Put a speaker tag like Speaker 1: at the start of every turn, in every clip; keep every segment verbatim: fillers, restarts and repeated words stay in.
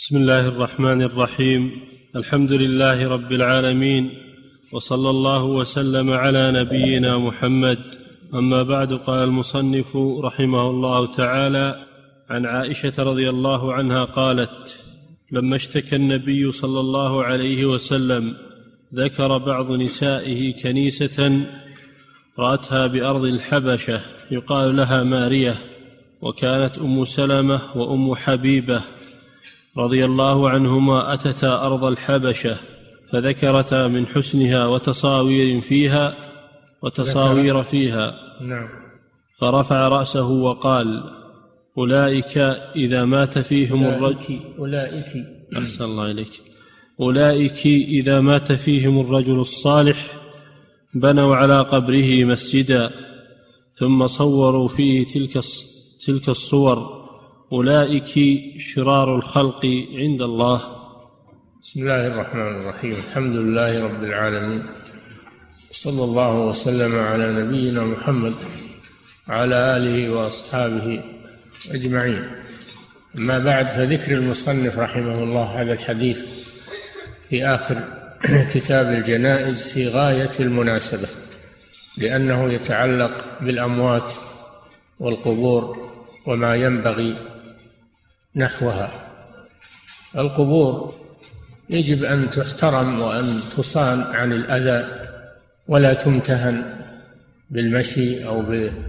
Speaker 1: بسم الله الرحمن الرحيم. الحمد لله رب العالمين، وصلى الله وسلم على نبينا محمد. أما بعد، قال المصنف رحمه الله تعالى: عن عائشة رضي الله عنها قالت: لما اشتكى النبي صلى الله عليه وسلم ذكر بعض نسائه كنيسة رأتها بأرض الحبشة يقال لها مارية، وكانت أم سلمة وأم حبيبة رضي الله عنهما أتتا أرض الحبشة فذكرتا من حسنها وتصاوير فيها وتصاوير فيها.
Speaker 2: نعم.
Speaker 1: فرفع رأسه وقال: أولئك إذا مات فيهم الرجل
Speaker 2: أولئك
Speaker 1: أحسن الله إليك أولئك إذا مات فيهم الرجل الصالح بنوا على قبره مسجدا ثم صوروا فيه تلك تلك الصور، أولئك شرار الخلق عند الله.
Speaker 2: بسم الله الرحمن الرحيم. الحمد لله رب العالمين، صلى الله وسلم على نبينا محمد وعلى آله وأصحابه أجمعين. أما بعد، فذكر المصنف رحمه الله هذا الحديث في آخر كتاب الجنائز في غاية المناسبة، لأنه يتعلق بالأموات والقبور وما ينبغي نحوها. القبور يجب أن تحترم وأن تصان عن الأذى، ولا تمتهن بالمشي أو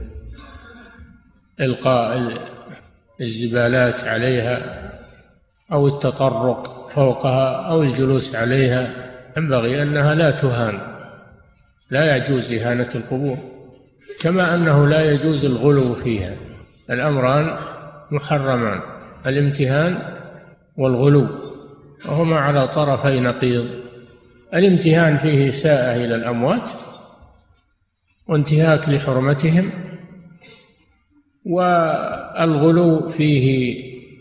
Speaker 2: بإلقاء الزبالات عليها أو التطرق فوقها أو الجلوس عليها. ينبغي أنها لا تهان، لا يجوز إهانة القبور، كما أنه لا يجوز الغلو فيها. الأمران محرمان: الامتهان والغلو، وهما على طرفي نقيض. الامتهان فيه إساءة إلى الأموات وانتهاك لحرمتهم، والغلو فيه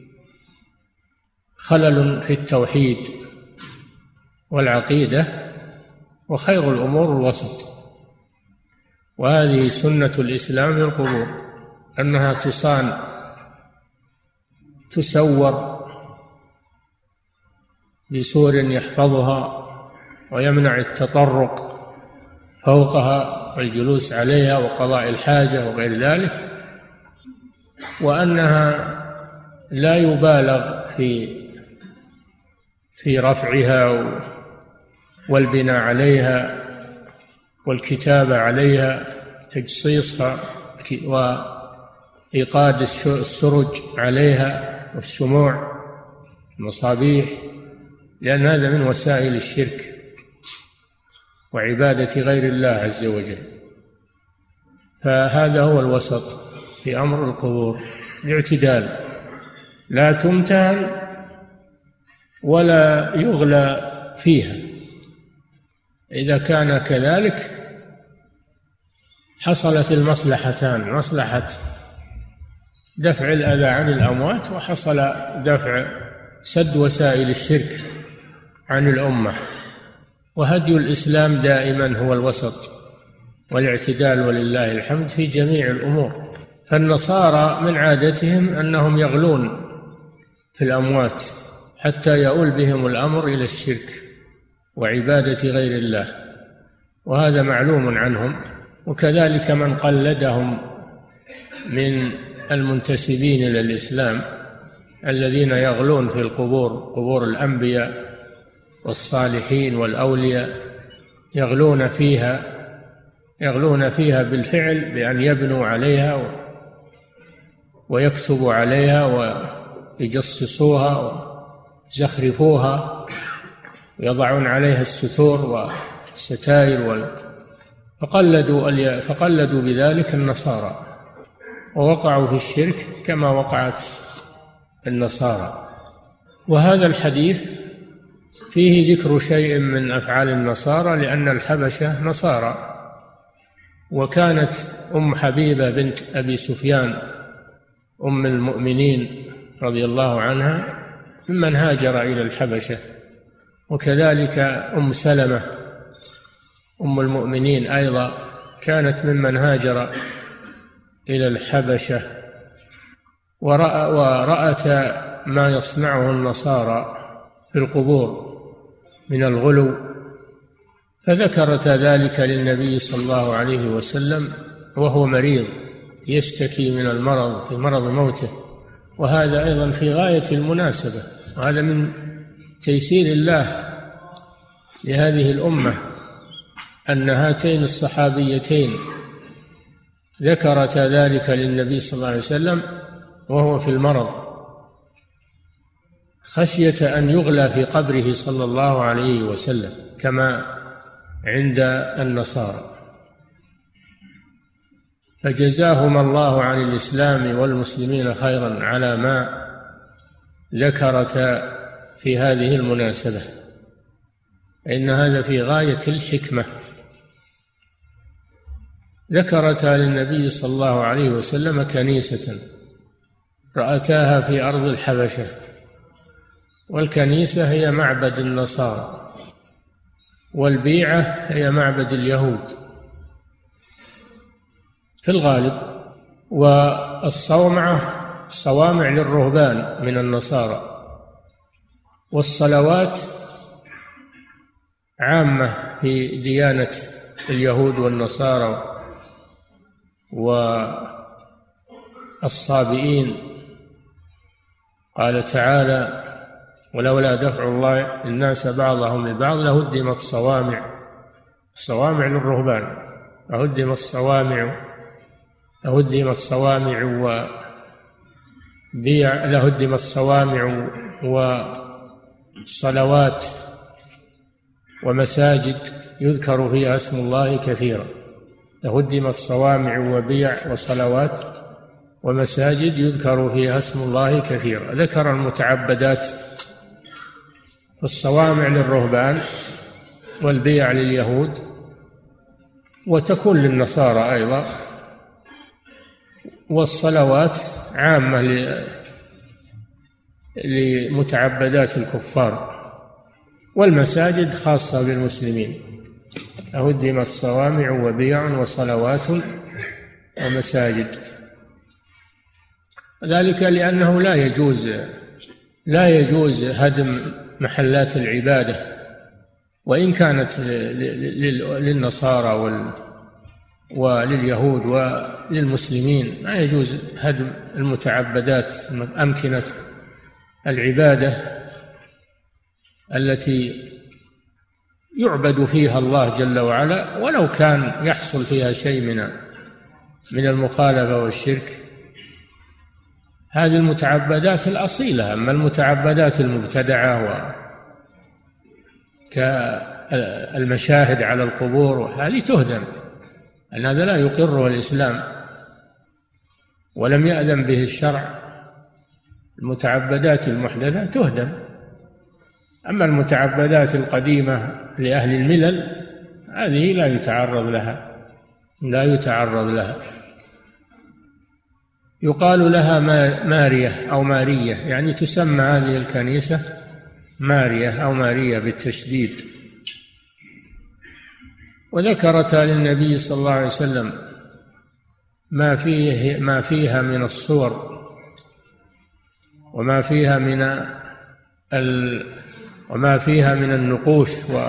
Speaker 2: خلل في التوحيد والعقيدة، وخير الأمور الوسط. وهذه سنة الإسلام في القبور، أنها تصان تسور بسور يحفظها ويمنع التطرق فوقها والجلوس عليها وقضاء الحاجة وغير ذلك، وأنها لا يبالغ في في رفعها والبناء عليها والكتابة عليها، تجصيصها وإيقاد السرج عليها والشموع المصابيح، لأن هذا من وسائل الشرك وعبادة غير الله عز وجل. فهذا هو الوسط في أمر القبور، الاعتدال، لا تمتهن ولا يغلى فيها. إذا كان كذلك حصلت المصلحتان: مصلحة دفع الأذى عن الأموات، وحصل دفع سد وسائل الشرك عن الأمة. وهدي الإسلام دائما هو الوسط والاعتدال، ولله الحمد، في جميع الأمور. فالنصارى من عادتهم أنهم يغلون في الأموات حتى يؤول بهم الأمر إلى الشرك وعبادة غير الله، وهذا معلوم عنهم. وكذلك من قلدهم من المنتسبين إلى الإسلام الذين يغلون في القبور، قبور الأنبياء والصالحين والأولياء، يغلون فيها يغلون فيها بالفعل، بأن يبنوا عليها ويكتبوا عليها ويجصصوها ويزخرفوها ويضعون عليها الستور والستائر، فقلدوا فقلدوا بذلك النصارى، ووقعوا في الشرك كما وقعت النصارى. وهذا الحديث فيه ذكر شيء من أفعال النصارى، لأن الحبشة نصارى. وكانت أم حبيبة بنت أبي سفيان أم المؤمنين رضي الله عنها ممن هاجر إلى الحبشة، وكذلك أم سلمة أم المؤمنين أيضا كانت ممن هاجر إلى الحبشة. ورأت ما يصنعه النصارى في القبور من الغلو، فذكرت ذلك للنبي صلى الله عليه وسلم وهو مريض يشتكي من المرض في مرض موته. وهذا أيضا في غاية المناسبة، وهذا من تيسير الله لهذه الأمة أن هاتين الصحابيتين ذكرتا ذلك للنبي صلى الله عليه وسلم وهو في المرض، خشية أن يغلى في قبره صلى الله عليه وسلم كما عند النصارى. فجزاهما الله عن الإسلام والمسلمين خيرا على ما ذكرتا في هذه المناسبة، إن هذا في غاية الحكمة. ذكرتا للنبي صلى الله عليه وسلم كنيسة رأتاها في أرض الحبشة، والكنيسة هي معبد النصارى، والبيعة هي معبد اليهود في الغالب، والصومعة الصوامع للرهبان من النصارى، والصلوات عامة في ديانة اليهود والنصارى والصابئين. قال تعالى: ولولا دفع الله الناس بعضهم ببعض لهدمت صوامع، الصوامع للرهبان، لهدمت صوامع لهدمت صوامع وبيع لهدمت صوامع وصلوات ومساجد يذكر فيها اسم الله كثيرا، لهدمت صوامع وبيع وصلوات ومساجد يذكر فيها اسم الله كثيرا. ذكر المتعبدات، الصوامع للرهبان والبيع لليهود، وتكون للنصارى أيضا، والصلوات عامة لمتعبدات الكفار، والمساجد خاصة بالمسلمين. هدمت صوامع وبيع وصلوات ومساجد، ذلك لأنه لا يجوز لا يجوز هدم محلات العبادة، وإن كانت للنصارى ولليهود وللمسلمين، لا يجوز هدم المتعبدات، أمكنة العبادة التي يعبد فيها الله جل وعلا، ولو كان يحصل فيها شيء من من المخالفة والشرك. هذه المتعبدات الأصيلة. أما المتعبدات المبتدعة كالمشاهد على القبور هذه تهدم، أن هذا لا يقره الإسلام ولم يأذن به الشرع. المتعبدات المحدثة تهدم. أما المتعبدات القديمة لأهل الملل هذه لا يتعرض لها لا يتعرض لها يقال لها مارية أو مارية، يعني تسمى هذه الكنيسة مارية أو مارية بالتشديد. وذكرت للنبي صلى الله عليه وسلم ما فيه ما فيها من الصور وما فيها من ال وما فيها من النقوش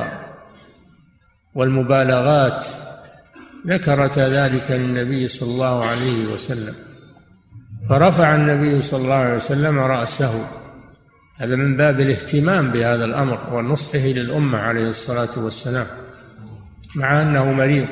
Speaker 2: والمبالغات، ذكرت ذلك للنبي صلى الله عليه وسلم، فرفع النبي صلى الله عليه وسلم رأسه. هذا من باب الاهتمام بهذا الأمر ونصحه للأمة عليه الصلاة والسلام، مع أنه مريض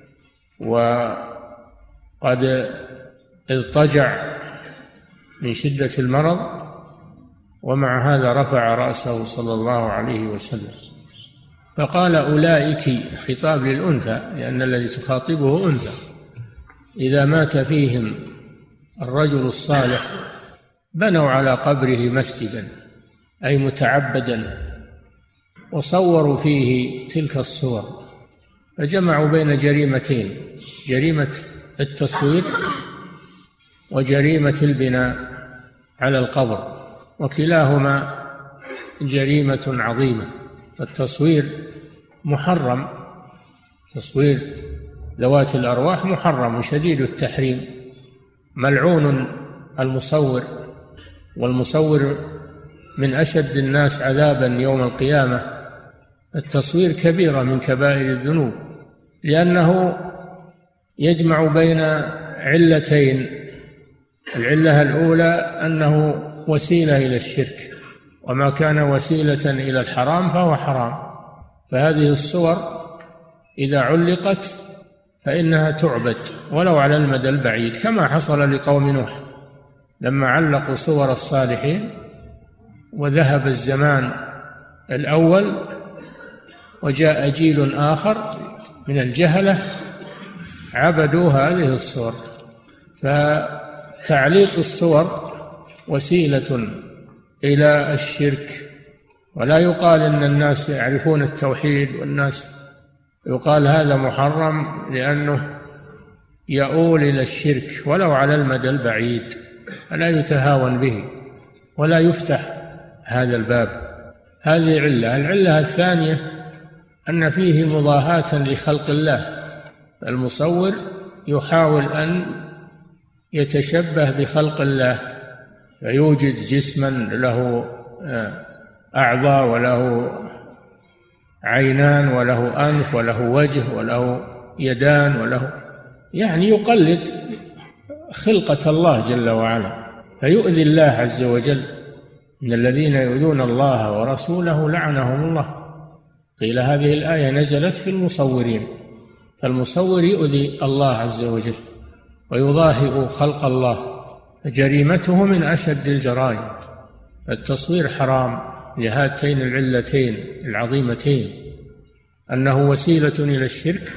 Speaker 2: وقد اضطجع من شدة المرض، ومع هذا رفع رأسه صلى الله عليه وسلم فقال: أولئك، خطاب للأنثى لأن الذي تخاطبه أنثى، إذا مات فيهم الرجل الصالح بنوا على قبره مسجدا، أي متعبدا، وصوروا فيه تلك الصور، فجمعوا بين جريمتين: جريمة التصوير وجريمة البناء على القبر، وكلاهما جريمة عظيمة. التصوير محرم، تصوير ذوات الأرواح محرم شديد التحريم، ملعون المصور والمصور من أشد الناس عذابا يوم القيامة. التصوير كبيرة من كبائر الذنوب، لأنه يجمع بين علتين. العلة الأولى أنه وسيلة إلى الشرك، وما كان وسيلة إلى الحرام فهو حرام. فهذه الصور إذا علقت فإنها تعبد ولو على المدى البعيد، كما حصل لقوم نوح لما علقوا صور الصالحين وذهب الزمان الأول وجاء جيل آخر من الجهلة عبدوا هذه الصور. فتعليق الصور وسيلة إلى الشرك. ولا يقال إن الناس يعرفون التوحيد والناس يقال هذا محرم لأنه يؤول إلى الشرك ولو على المدى البعيد، فلا يتهاون به ولا يفتح هذا الباب. هذه علة. العلة الثانية أن فيه مضاهاة لخلق الله. المصور يحاول أن يتشبه بخلق الله، فيوجد جسما له أعضاء وله عينان وله أنف وله وجه وله يدان وله، يعني يقلد خلقة الله جل وعلا، فيؤذي الله عز وجل. إن الذين يؤذون الله ورسوله لعنهم الله. قيل هذه الآية نزلت في المصورين، فالمصور يؤذي الله عز وجل ويضاهئ خلق الله، فجريمته من أشد الجرائم. التصوير حرام لهاتين العلتين العظيمتين، أنه وسيلة إلى الشرك،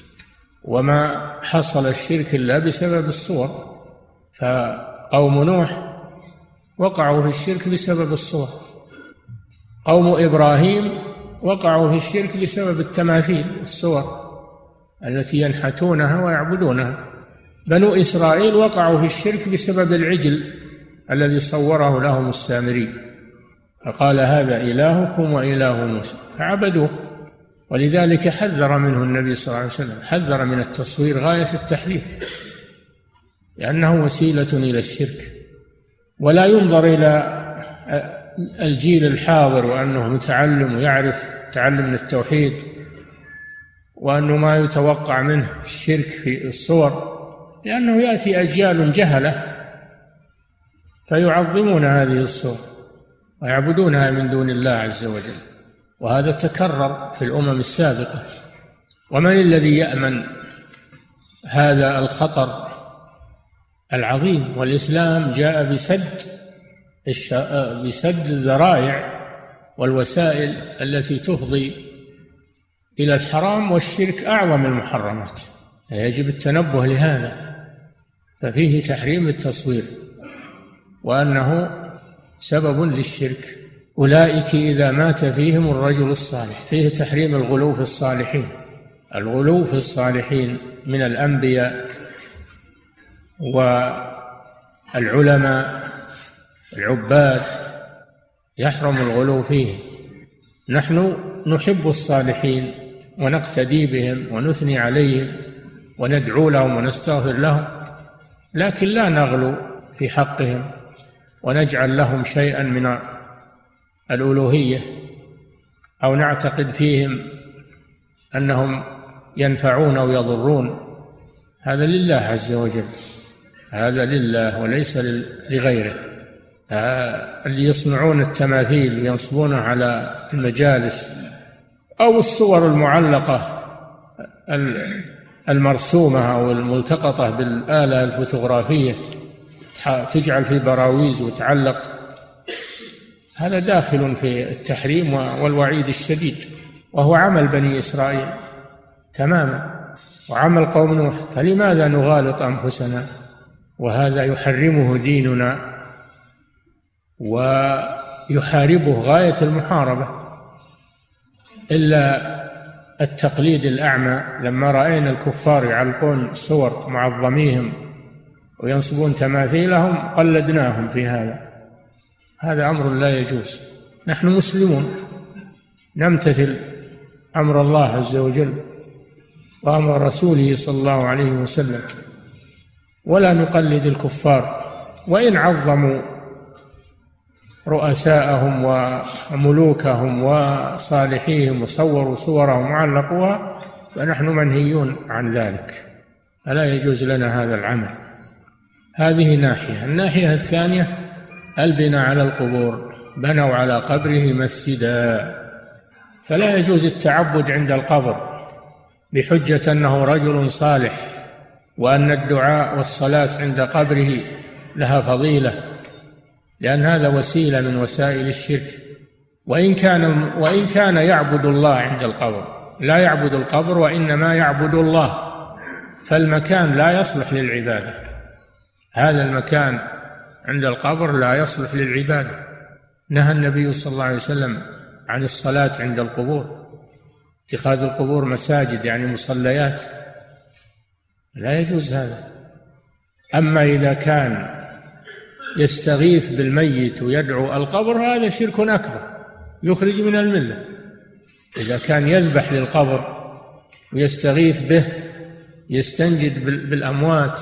Speaker 2: وما حصل الشرك إلا بسبب الصور. فقوم نوح وقعوا في الشرك بسبب الصور، قوم إبراهيم وقعوا في الشرك بسبب التماثيل الصور التي ينحتونها ويعبدونها. بنو إسرائيل وقعوا في الشرك بسبب العجل الذي صوره لهم السامري، فقال هذا إلهكم وإله موسى فعبدوه. ولذلك حذر منه النبي صلى الله عليه وسلم، حذر من التصوير غاية التحذير، لأنه وسيلة إلى الشرك. ولا ينظر إلى الجيل الحاضر وأنه متعلم ويعرف تعلم من التوحيد، وأنه ما يتوقع منه الشرك في الصور، لأنه يأتي أجيال جهلة فيعظمون هذه الصور ويعبدونها من دون الله عز وجل. وهذا تكرر في الأمم السابقة. ومن الذي يأمن هذا الخطر العظيم؟ والإسلام جاء بسد بسد الذرائع والوسائل التي تفضي إلى الحرام، والشرك أعظم المحرمات، يجب التنبه لهذا. ففيه تحريم التصوير وأنه سبب للشرك. أولئك إذا مات فيهم الرجل الصالح. فيه تحريم الغلو في الصالحين، الغلو في الصالحين من الأنبياء والعلماء العباد يحرم الغلو فيه. نحن نحب الصالحين ونقتدي بهم ونثني عليهم وندعو لهم ونستغفر لهم، لكن لا نغلو في حقهم ونجعل لهم شيئا من الألوهية أو نعتقد فيهم أنهم ينفعون أو يضرون. هذا لله عز وجل، هذا لله وليس لغيره. اللي يصنعون التماثيل وينصبونها على المجالس أو الصور المعلقة المرسومة أو الملتقطة بالآلة الفوتوغرافية تجعل في براويز وتعلق، هذا داخل في التحريم والوعيد الشديد، وهو عمل بني إسرائيل تماما وعمل قوم نوح. فلماذا نغالط أنفسنا؟ وهذا يحرمه ديننا ويحاربه غاية المحاربة. إلا التقليد الأعمى، لما رأينا الكفار يعلقون صور معظميهم وينصبون تماثيلهم قلدناهم في هذا. هذا أمر لا يجوز. نحن مسلمون نمتثل أمر الله عز وجل وأمر رسوله صلى الله عليه وسلم، ولا نقلد الكفار وإن عظموا رؤساءهم وملوكهم وصالحيهم وصوروا صورهم وعلقوها، فنحن منهيون عن ذلك، فلا يجوز لنا هذا العمل. هذه ناحية. الناحية الثانية البناء على القبور، بنوا على قبره مسجدا، فلا يجوز التعبد عند القبر بحجة أنه رجل صالح وأن الدعاء والصلاة عند قبره لها فضيلة، لأن هذا وسيلة من وسائل الشرك. وإن كان وإن كان يعبد الله عند القبر، لا يعبد القبر وإنما يعبد الله، فالمكان لا يصلح للعبادة. هذا المكان عند القبر لا يصلح للعبادة. نهى النبي صلى الله عليه وسلم عن الصلاة عند القبور، اتخاذ القبور مساجد يعني مصليات، لا يجوز هذا. أما إذا كان يستغيث بالميت ويدعو القبر هذا شرك أكبر يخرج من الملة. إذا كان يذبح للقبر ويستغيث به، يستنجد بالأموات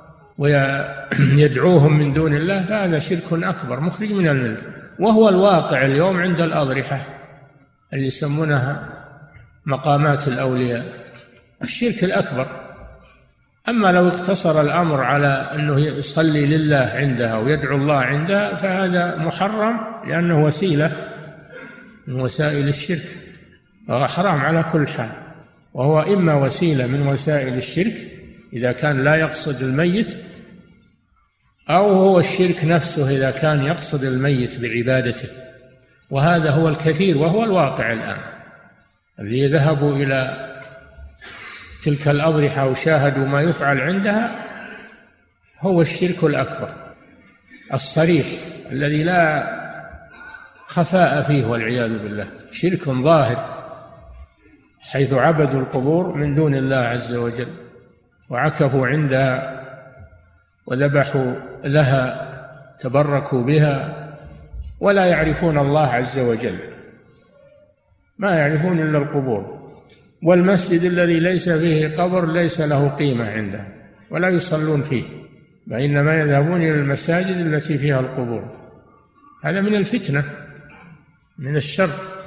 Speaker 2: ويدعوهم من دون الله، فهذا شرك أكبر مخرج من الملة، وهو الواقع اليوم عند الأضرحة اللي يسمونها مقامات الأولياء، الشرك الأكبر. أما لو اقتصر الأمر على أنه يصلي لله عندها ويدعو الله عندها فهذا محرم، لأنه وسيلة من وسائل الشرك، وهو حرام على كل حال، وهو إما وسيلة من وسائل الشرك إذا كان لا يقصد الميت، أو هو الشرك نفسه إذا كان يقصد الميت بعبادته، وهذا هو الكثير وهو الواقع الآن. الذي ذهبوا إلى تلك الأضرحة وشاهدوا ما يفعل عندها هو الشرك الأكبر الصريح الذي لا خفاء فيه والعياذ بالله، شرك ظاهر، حيث عبدوا القبور من دون الله عز وجل وعكفوا عندها وذبحوا لها، تبركوا بها، ولا يعرفون الله عز وجل، ما يعرفون إلا القبور. والمسجد الذي ليس فيه قبر ليس له قيمة عنده ولا يصلون فيه، وإنما يذهبون إلى المساجد التي فيها القبور. هذا من الفتنة، من الشر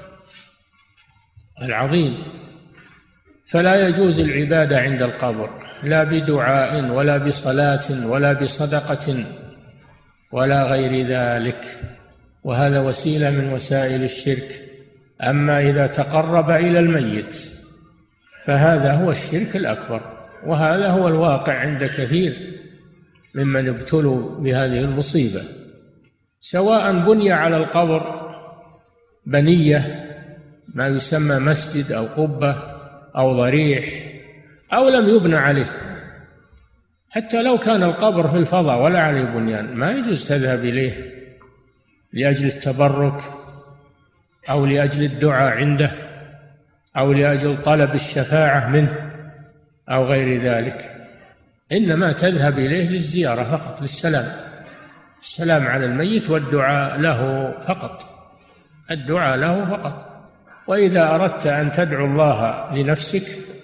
Speaker 2: العظيم. فلا يجوز العبادة عند القبر، لا بدعاء ولا بصلاة ولا بصدقة ولا غير ذلك، وهذا وسيلة من وسائل الشرك. أما إذا تقرب إلى الميت فهذا هو الشرك الأكبر، وهذا هو الواقع عند كثير ممن ابتلوا بهذه المصيبة، سواء بني على القبر بنية ما يسمى مسجد أو قبة أو ضريح، أو لم يبنى عليه. حتى لو كان القبر في الفضاء ولا عليه بنيان ما يجوز تذهب إليه لأجل التبرك أو لأجل الدعاء عنده أو لأجل طلب الشفاعة منه أو غير ذلك، إنما تذهب إليه للزيارة فقط، للسلام، السلام على الميت والدعاء له فقط، الدعاء له فقط. وإذا أردت أن تدعو الله لنفسك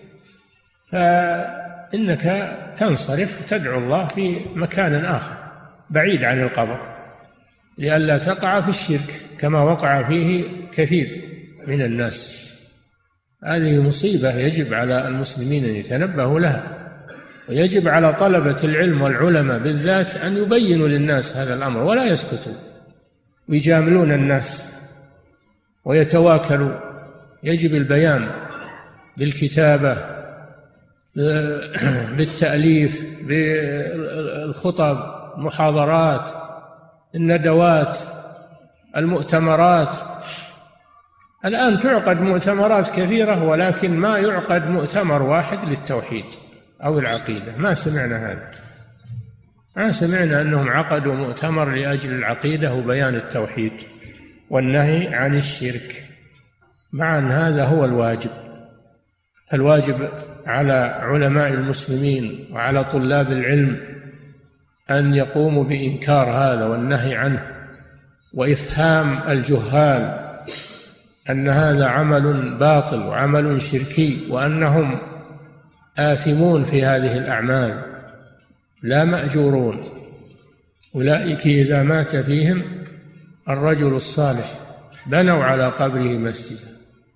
Speaker 2: فإنك تنصرف وتدعو الله في مكان آخر بعيد عن القبر، لئلا تقع في الشرك كما وقع فيه كثير من الناس. هذه مصيبة يجب على المسلمين أن يتنبهوا لها، ويجب على طلبة العلم والعلماء بالذات أن يبينوا للناس هذا الأمر ولا يسكتوا ويجاملون الناس ويتواكلوا. يجب البيان بالكتابة، بالتأليف، بالخطب، المحاضرات، الندوات، المؤتمرات. الآن تعقد مؤتمرات كثيرة، ولكن ما يعقد مؤتمر واحد للتوحيد أو العقيدة، ما سمعنا هذا، ما سمعنا أنهم عقدوا مؤتمر لأجل العقيدة وبيان التوحيد والنهي عن الشرك، مع أن هذا هو الواجب. الواجب على علماء المسلمين وعلى طلاب العلم أن يقوموا بإنكار هذا والنهي عنه، وإفهام الجهال أن هذا عمل باطل وعمل شركي، وأنهم آثمون في هذه الأعمال لا مأجورون. أولئك إذا مات فيهم الرجل الصالح بنوا على قبره مسجدا.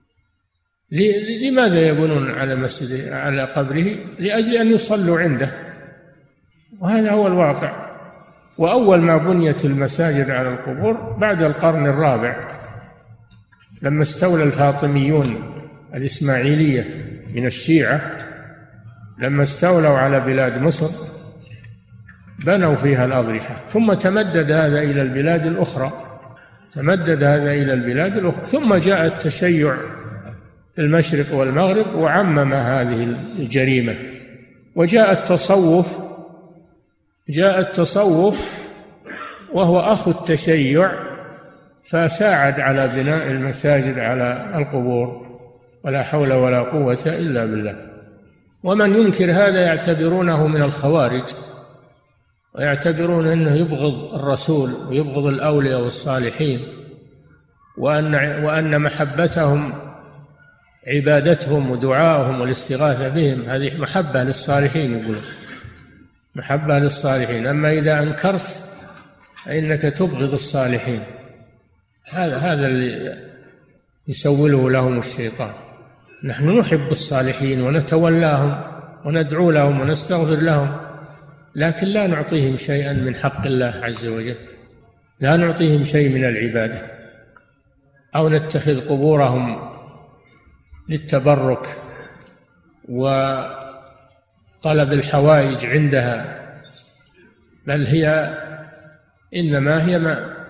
Speaker 2: لماذا يبنون على مسجد على قبره؟ لأجل أن يصلوا عنده، وهذا هو الواقع. وأول ما بنيت المساجد على القبور بعد القرن الرابع، لما استولى الفاطميون الإسماعيلية من الشيعة، لما استولوا على بلاد مصر بنوا فيها الأضرحة، ثم تمدد هذا إلى البلاد الأخرى تمدد هذا إلى البلاد الأخرى ثم جاء التشيع في المشرق والمغرب وعمم هذه الجريمة، وجاء التصوف جاء التصوف وهو أخو التشيع، فساعد على بناء المساجد على القبور، ولا حول ولا قوة إلا بالله. ومن ينكر هذا يعتبرونه من الخوارج، ويعتبرون أنه يبغض الرسول ويبغض الأولياء والصالحين، وأن وأن محبتهم عبادتهم ودعائهم والاستغاثة بهم هذه محبة للصالحين، يقولون محبة للصالحين. أما إذا أنكرت فإنك تبغض الصالحين. هذا هذا اللي يسوله لهم الشيطان. نحن نحب الصالحين ونتولاهم وندعو لهم ونستغفر لهم، لكن لا نعطيهم شيئا من حق الله عز وجل، لا نعطيهم شيء من العبادة، أو نتخذ قبورهم للتبرك وطلب الحوائج عندها، بل هي إنما هي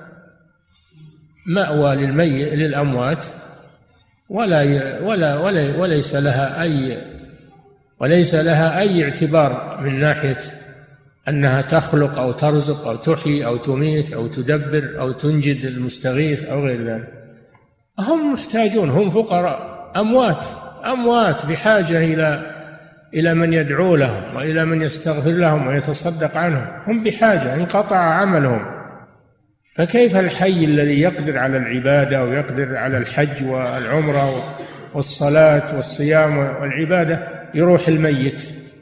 Speaker 2: مأوى للميت للأموات، ولا ولا ولا وليس لها أي وليس لها أي اعتبار من ناحية أنها تخلق أو ترزق أو تحيي أو تميت أو تدبر أو تنجد المستغيث أو غير ذلك. هم محتاجون، هم فقراء، أموات أموات بحاجة إلى إلى من يدعو لهم وإلى من يستغفر لهم ويتصدق عنهم، هم بحاجة، انقطع عملهم. فكيف الحي الذي يقدر على العبادة ويقدر على الحج والعمرة والصلاة والصيام والعبادة يروح الميت؟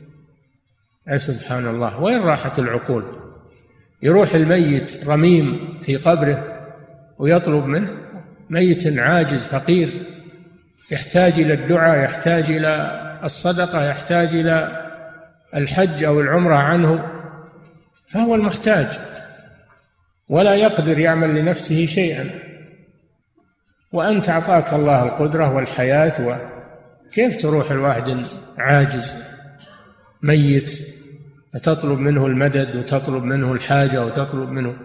Speaker 2: يا سبحان الله، وين راحت العقول؟ يروح الميت رميم في قبره ويطلب منه، ميت عاجز فقير يحتاج إلى الدعاء، يحتاج إلى الصدقة، يحتاج إلى الحج أو العمرة عنه، فهو المحتاج ولا يقدر يعمل لنفسه شيئا، وأنت أعطاك الله القدرة والحياة، وكيف تروح الواحد عاجز ميت وتطلب منه المدد وتطلب منه الحاجة وتطلب منه؟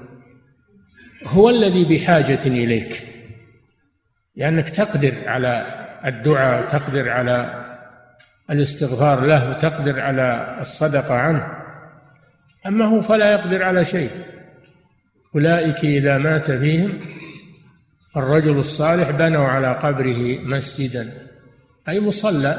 Speaker 2: هو الذي بحاجة إليك، لأنك تقدر على الدعاء وتقدر على الاستغفار له وتقدر على الصدقة عنه، أما هو فلا يقدر على شيء. أولئك إذا مات فيهم الرجل الصالح بنوا على قبره مسجدا، أي مصلى،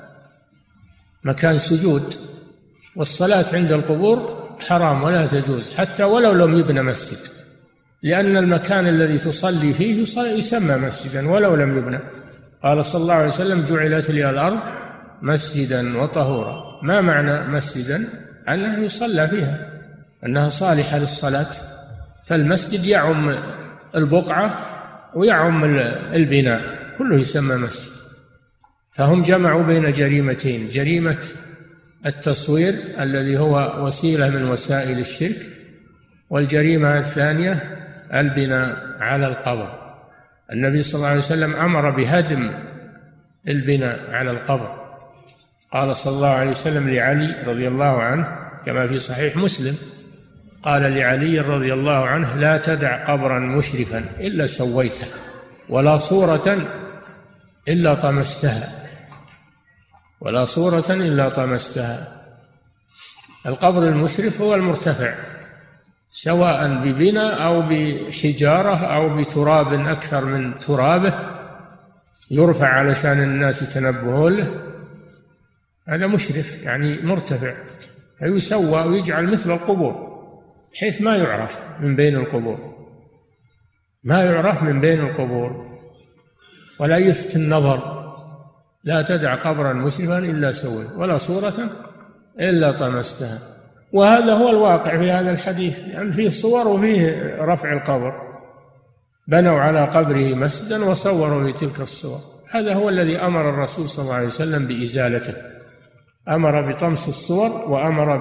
Speaker 2: مكان سجود. والصلاة عند القبور حرام ولا تجوز حتى ولو لم يبنى مسجد، لأن المكان الذي تصلي فيه يسمى مسجدا ولو لم يبنى. قال صلى الله عليه وسلم: جعلت لي الأرض مسجدا وطهورا. ما معنى مسجدا؟ أنها يصلى فيها، أنها صالحة للصلاة. فالمسجد يعم البقعة ويعم البناء، كله يسمى مسجد. فهم جمعوا بين جريمتين: جريمة التصوير الذي هو وسيلة من وسائل الشرك، والجريمة الثانية البناء على القبر. النبي صلى الله عليه وسلم أمر بهدم البناء على القبر. قال صلى الله عليه وسلم لعلي رضي الله عنه كما في صحيح مسلم، قال لعلي رضي الله عنه: لا تدع قبرا مشرفا إلا سويته، ولا صورة إلا طمستها ولا صورة إلا طمستها. القبر المشرف هو المرتفع، سواء ببناء أو بحجارة أو بتراب أكثر من ترابه يرفع علشان الناس يتنبهون له، هذا مشرف يعني مرتفع، فيسوى ويجعل مثل القبور حيث ما يعرف من بين القبور، ما يعرف من بين القبور ولا يلفت النظر. لا تدع قبرا مشرفا إلا سويت، ولا صورة إلا طمستها. وهذا هو الواقع في هذا الحديث، يعني فيه صور وفيه رفع القبر. بنوا على قبره مسجدا وصوروا في تلك الصور. هذا هو الذي أمر الرسول صلى الله عليه وسلم بإزالته، أمر بطمس الصور وأمر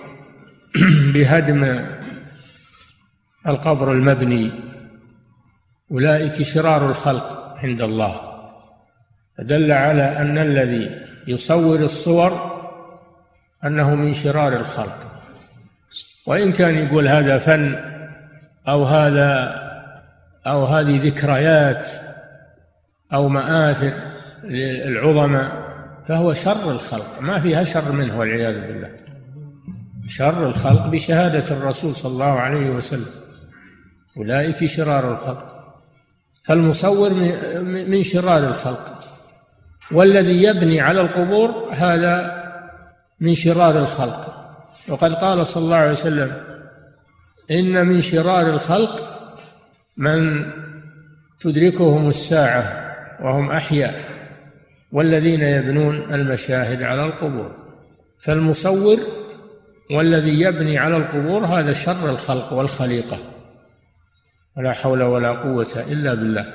Speaker 2: بهدم القبر المبني. أولئك شرار الخلق عند الله، فدل على أن الذي يصور الصور أنه من شرار الخلق، وإن كان يقول هذا فن أو هذا أو هذه ذكريات أو مآثر للعظماء، فهو شر الخلق، ما فيها شر منه والعياذ بالله. شر الخلق بشهادة الرسول صلى الله عليه وسلم، أولئك شرار الخلق. فالمصور من شرار الخلق، والذي يبني على القبور هذا من شرار الخلق. وقد قال صلى الله عليه وسلم: إن من شرار الخلق من تدركهم الساعة وهم أحياء، والذين يبنون المشاهد على القبور. فالمصور والذي يبني على القبور هذا شر الخلق والخليقة، ولا حول ولا قوة إلا بالله،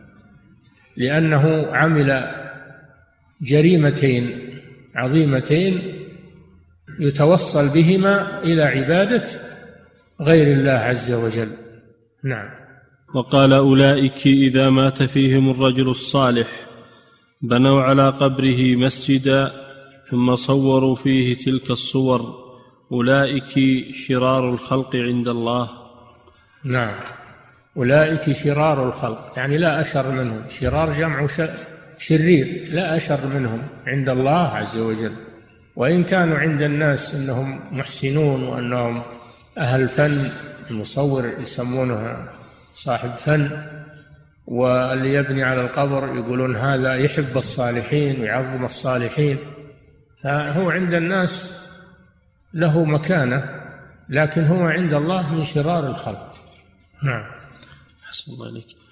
Speaker 2: لأنه عمل جريمتين عظيمتين يتوصل بهما إلى عبادة غير الله عز وجل. نعم.
Speaker 1: وقال: أولئك إذا مات فيهم الرجل الصالح بنوا على قبره مسجدا ثم صوروا فيه تلك الصور، أولئك شرار الخلق عند الله.
Speaker 2: نعم، أولئك شرار الخلق، يعني لا أشر منهم. شرار جمع شرير، لا أشر منهم عند الله عز وجل. وإن كانوا عند الناس أنهم محسنون وأنهم أهل فن، المصور يسمونه صاحب فن، واللي يبني على القبر يقولون هذا يحب الصالحين ويعظم الصالحين، فهو عند الناس له مكانة، لكن هو عند الله من شرار الخلق. نعم.
Speaker 1: أحسن الله عليك.